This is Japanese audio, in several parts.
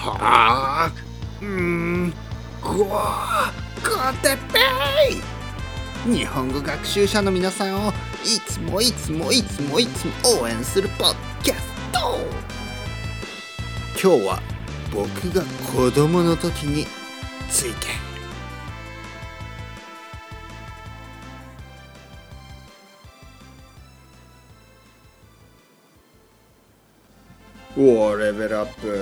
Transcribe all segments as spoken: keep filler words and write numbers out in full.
はあ、うーん、ごわ、コテペイ。日本語学習者の皆さんをいつもいつもいつもいつも応援するポッドキャスト。今日は僕が子供の時について。おー、レベルアップ。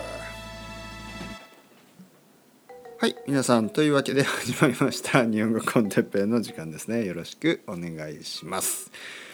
はい、皆さん、というわけで始まりました日本語コンテッペイの時間ですね。よろしくお願いします。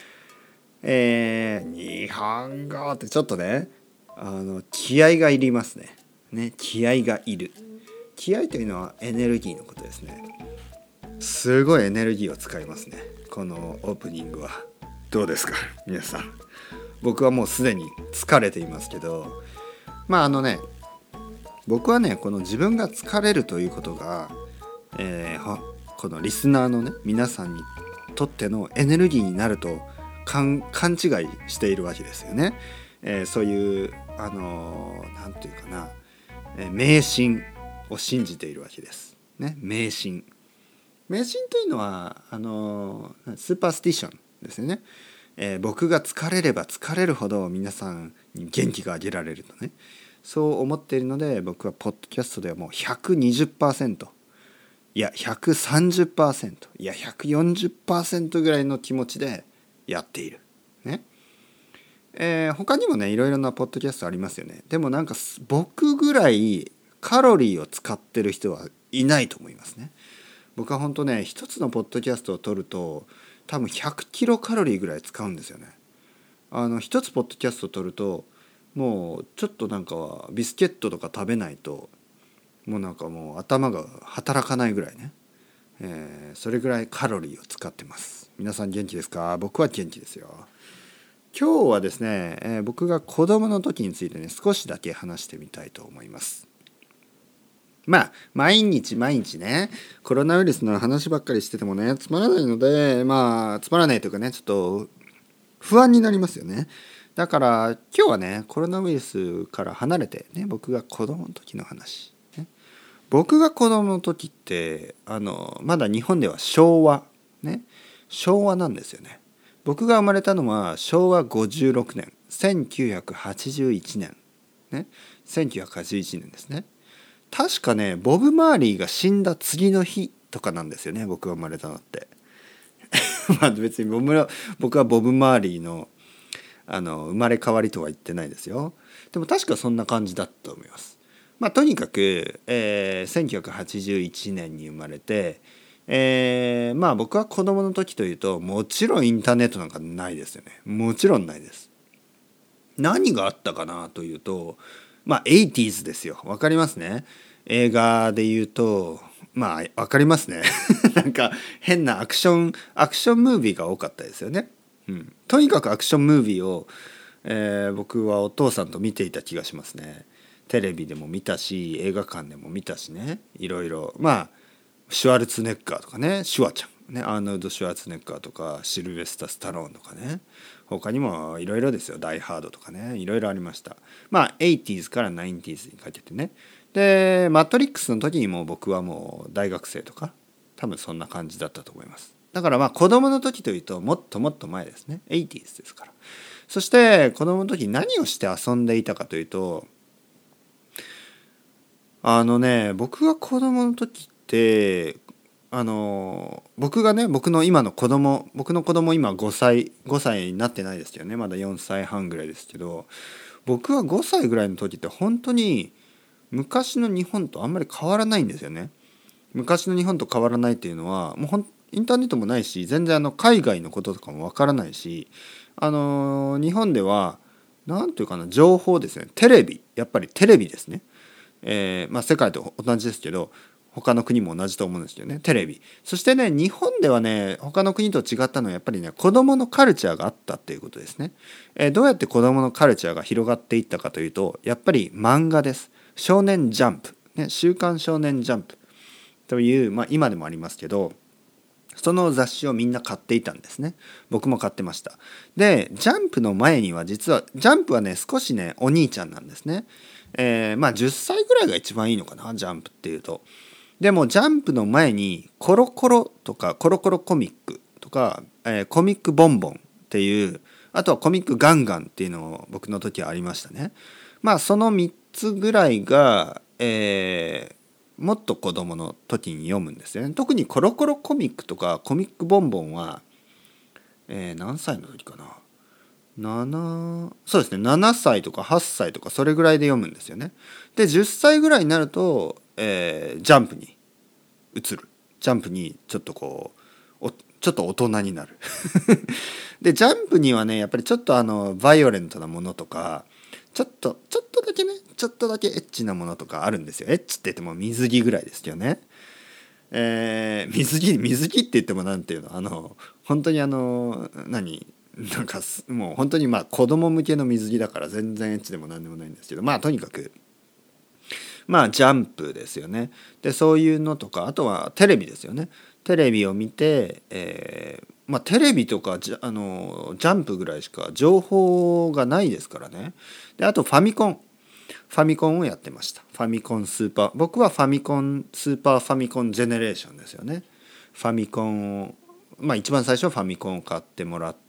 えー、日本語ってちょっとね、あの気合がいりますね。ね、気合がいる。気合というのはエネルギーのことですね。すごいエネルギーを使いますね。このオープニングはどうですか、皆さん。僕はもうすでに疲れていますけど、まああのね、僕はね、この自分が疲れるということが、えー、このリスナーのね皆さんにとってのエネルギーになると勘勘違いしているわけですよね。えー、そういうあのー、なんていうかな、えー、迷信を信じているわけですね。迷信迷信というのはあのー、スーパースティションですよね。えー、僕が疲れれば疲れるほど皆さんに元気があげられるとね、そう思っているので、僕はポッドキャストではもう ひゃくにじゅっパーセント いや ひゃくさんじゅっパーセント いや ひゃくよんじゅっパーセント ぐらいの気持ちでやっているね。えー、他にもねいろいろなポッドキャストありますよね。でもなんか僕ぐらいカロリーを使ってる人はいないと思いますね。僕は本当ね、一つのポッドキャストを撮ると多分ひゃくキロカロリーぐらい使うんですよね。あの一つポッドキャストを撮るともうちょっとなんかビスケットとか食べないともうなんかもう頭が働かないぐらいね、えー、それぐらいカロリーを使ってます。皆さん元気ですか？僕は元気ですよ。今日はですね、えー、僕が子供の時についてね少しだけ話してみたいと思います。まあ毎日毎日ねコロナウイルスの話ばっかりしててもねつまらないので、まあつまらないというかね、ちょっと不安になりますよね。だから今日はねコロナウイルスから離れてね、僕が子供の時の話、ね、僕が子供の時ってあのまだ日本では昭和ね、昭和なんですよね。僕が生まれたのはしょうわごじゅうろくねん、せんきゅうひゃくはちじゅういちねんね、せんきゅうひゃくはちじゅういちねんですね。確かねボブ・マーリーが死んだ次の日とかなんですよね、僕が生まれたのってまあ別に僕はボブ・マーリーのあの生まれ変わりとは言ってないですよ。でも確かそんな感じだったと思います。まあとにかく、えー、せんきゅうひゃくはちじゅういちねんに生まれて、えー、まあ僕は子供の時というともちろんインターネットなんかないですよね。もちろんないです。何があったかなというと、まあエイティーズですよ。わかりますね。映画で言うとまあわかりますねなんか変なアクションアクションムービーが多かったですよね。うん、とにかくアクションムービーを、えー、僕はお父さんと見ていた気がしますね。テレビでも見たし映画館でも見たしね、いろいろ。まあシュワルツェネッガーとかね、シュワちゃんね、アーノルド・シュワルツェネッガーとかシルベスタ・スタローンとかね、他にもいろいろですよ。ダイ・ハードとかね、いろいろありました。まあエイティーズからナインティーズにかけてね。でマトリックスの時にも僕はもう大学生とか多分そんな感じだったと思います。だからまあ子供の時というともっともっと前ですね。エイティーズですから。そして子供の時何をして遊んでいたかというと、あのね僕が子供の時ってあの僕がね僕の今の子供僕の子供今ごさいごさいになってないですけどね、まだよんさいはんぐらいですけど、僕はごさいぐらいの時って本当に昔の日本とあんまり変わらないんですよね。昔の日本と変わらないっていうのはもうほんインターネットもないし、全然あの海外のこととかもわからないし、あのー、日本ではなんていうかな、情報ですね、テレビ、やっぱりテレビですね。えー、まあ世界と同じですけど他の国も同じと思うんですけどね、テレビ。そしてね日本ではね他の国と違ったのはやっぱりね子どものカルチャーがあったっていうことですね。えー、どうやって子どものカルチャーが広がっていったかというと、やっぱり漫画です。少年ジャンプ、ね、週刊少年ジャンプという、まあ、今でもありますけど、 その雑誌をみんな買っていたんですね。僕も買ってました。でジャンプの前には実はジャンプはね少しねお兄ちゃんなんですね。えー、まあじゅっさいぐらいが一番いいのかな、ジャンプっていうと。でもジャンプの前にコロコロとかコロコロコミックとか、えー、コミックボンボンっていう、あとはコミックガンガンっていうのを僕の時はありましたね。まあそのみっつぐらいが、えー、もっと子供の時に読むんですよね。特にコロコロコミックとかコミックボンボンは、えー、何歳の時かな、ななそうですねななさいとかはっさいとかそれぐらいで読むんですよね。でじゅっさいぐらいになると、えー、ジャンプに移る。ジャンプにちょっとこうちょっと大人になるでジャンプにはねやっぱりちょっとあのバイオレントなものとかちょっとちょっとだけねちょっとだけエッチなものとかあるんですよ。エッチって言っても水着ぐらいですよね。えー、水着水着って言ってもなんていうの、あの本当にあの何なんかもう本当にまあ子供向けの水着だから全然エッチでもなんでもないんですけど、まあとにかくまあジャンプですよね。でそういうのとか、あとはテレビですよね。テレビを見て、えー、まあテレビとかジャ、あのジャンプぐらいしか情報がないですからね。であとファミコンファミコンをやってました。ファミコンスーパー、僕はファミコンスーパーファミコンジェネレーションですよね。ファミコンをまあ一番最初はファミコンを買ってもらって、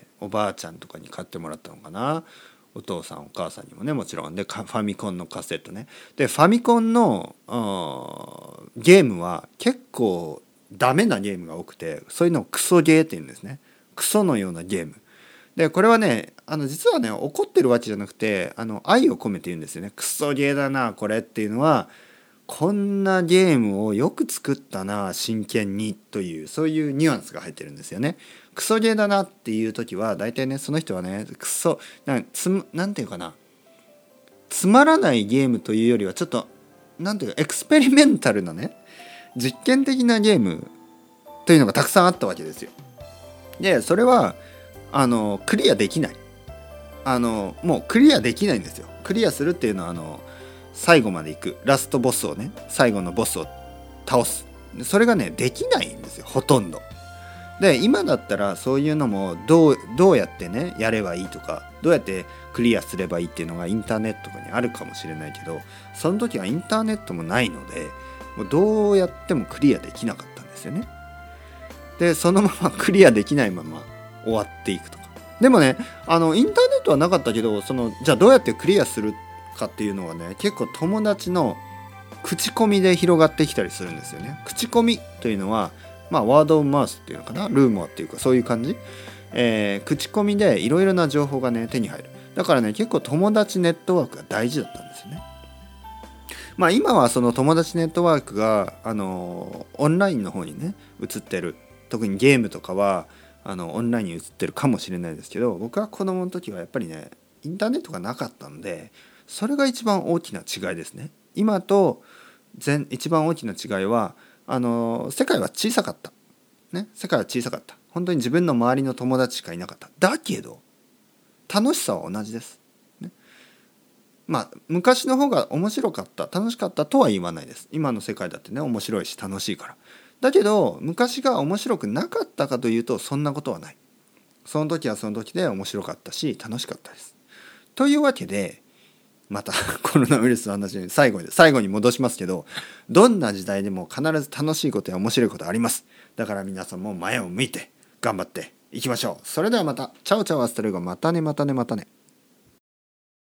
おばあちゃんとかに買ってもらったのかな、お父さんお母さんにもねもちろんで、ファミコンのカセットね。でファミコンのゲームは結構ダメなゲームが多くて、そういうのをクソゲーって言うんですね。クソのようなゲームで、これはねあの実はね怒ってるわけじゃなくて、あの愛を込めて言うんですよね。クソゲーだなこれっていうのは、こんなゲームをよく作ったな真剣にという、そういうニュアンスが入ってるんですよね。クソゲーだなっていう時は大体ねその人はねクソなんつなんていうかな、つまらないゲームというよりはちょっとなんていうかエクスペリメンタルなね実験的なゲームというのがたくさんあったわけですよ。でそれはあのクリアできない、あのもうクリアできないんですよ。クリアするっていうのはあの最後まで行くラストボスをね、最後のボスを倒す、それがねできないんですよほとんど。で今だったらそういうのもどうどうやってねやればいいとか、どうやってクリアすればいいっていうのがインターネットとかにあるかもしれないけど、その時はインターネットもないのでもうどうやってもクリアできなかったんですよね。でそのままクリアできないまま終わっていくとか。でもねあのインターネットはなかったけど、そのじゃあどうやってクリアするかっていうのはね結構友達の口コミで広がってきたりするんですよね。口コミというのはまあワードオブマウスっていうのかな、ルーモアっていうかそういう感じ、えー、口コミでいろいろな情報がね手に入る。だからね結構友達ネットワークが大事だったんですよね。まあ今はその友達ネットワークがあのオンラインの方にね移ってる、特にゲームとかはあのオンラインに移ってるかもしれないですけど、僕は子供の時はやっぱりねインターネットがなかったので、それが一番大きな違いですね。今と全一番大きな違いはあの世界は小さかった、ね、世界は小さかった。本当に自分の周りの友達しかいなかった。だけど楽しさは同じです、ね、まあ昔の方が面白かった楽しかったとは言わないです。今の世界だってね面白いし楽しいから。だけど昔が面白くなかったかというとそんなことはない。その時はその時で面白かったし楽しかったです。というわけでまたコロナウイルスの話に最後に最後に戻しますけど、どんな時代でも必ず楽しいことや面白いことあります。だから皆さんも前を向いて頑張っていきましょう。それではまた。チャオチャオアストレゴ。またねまたねまたね。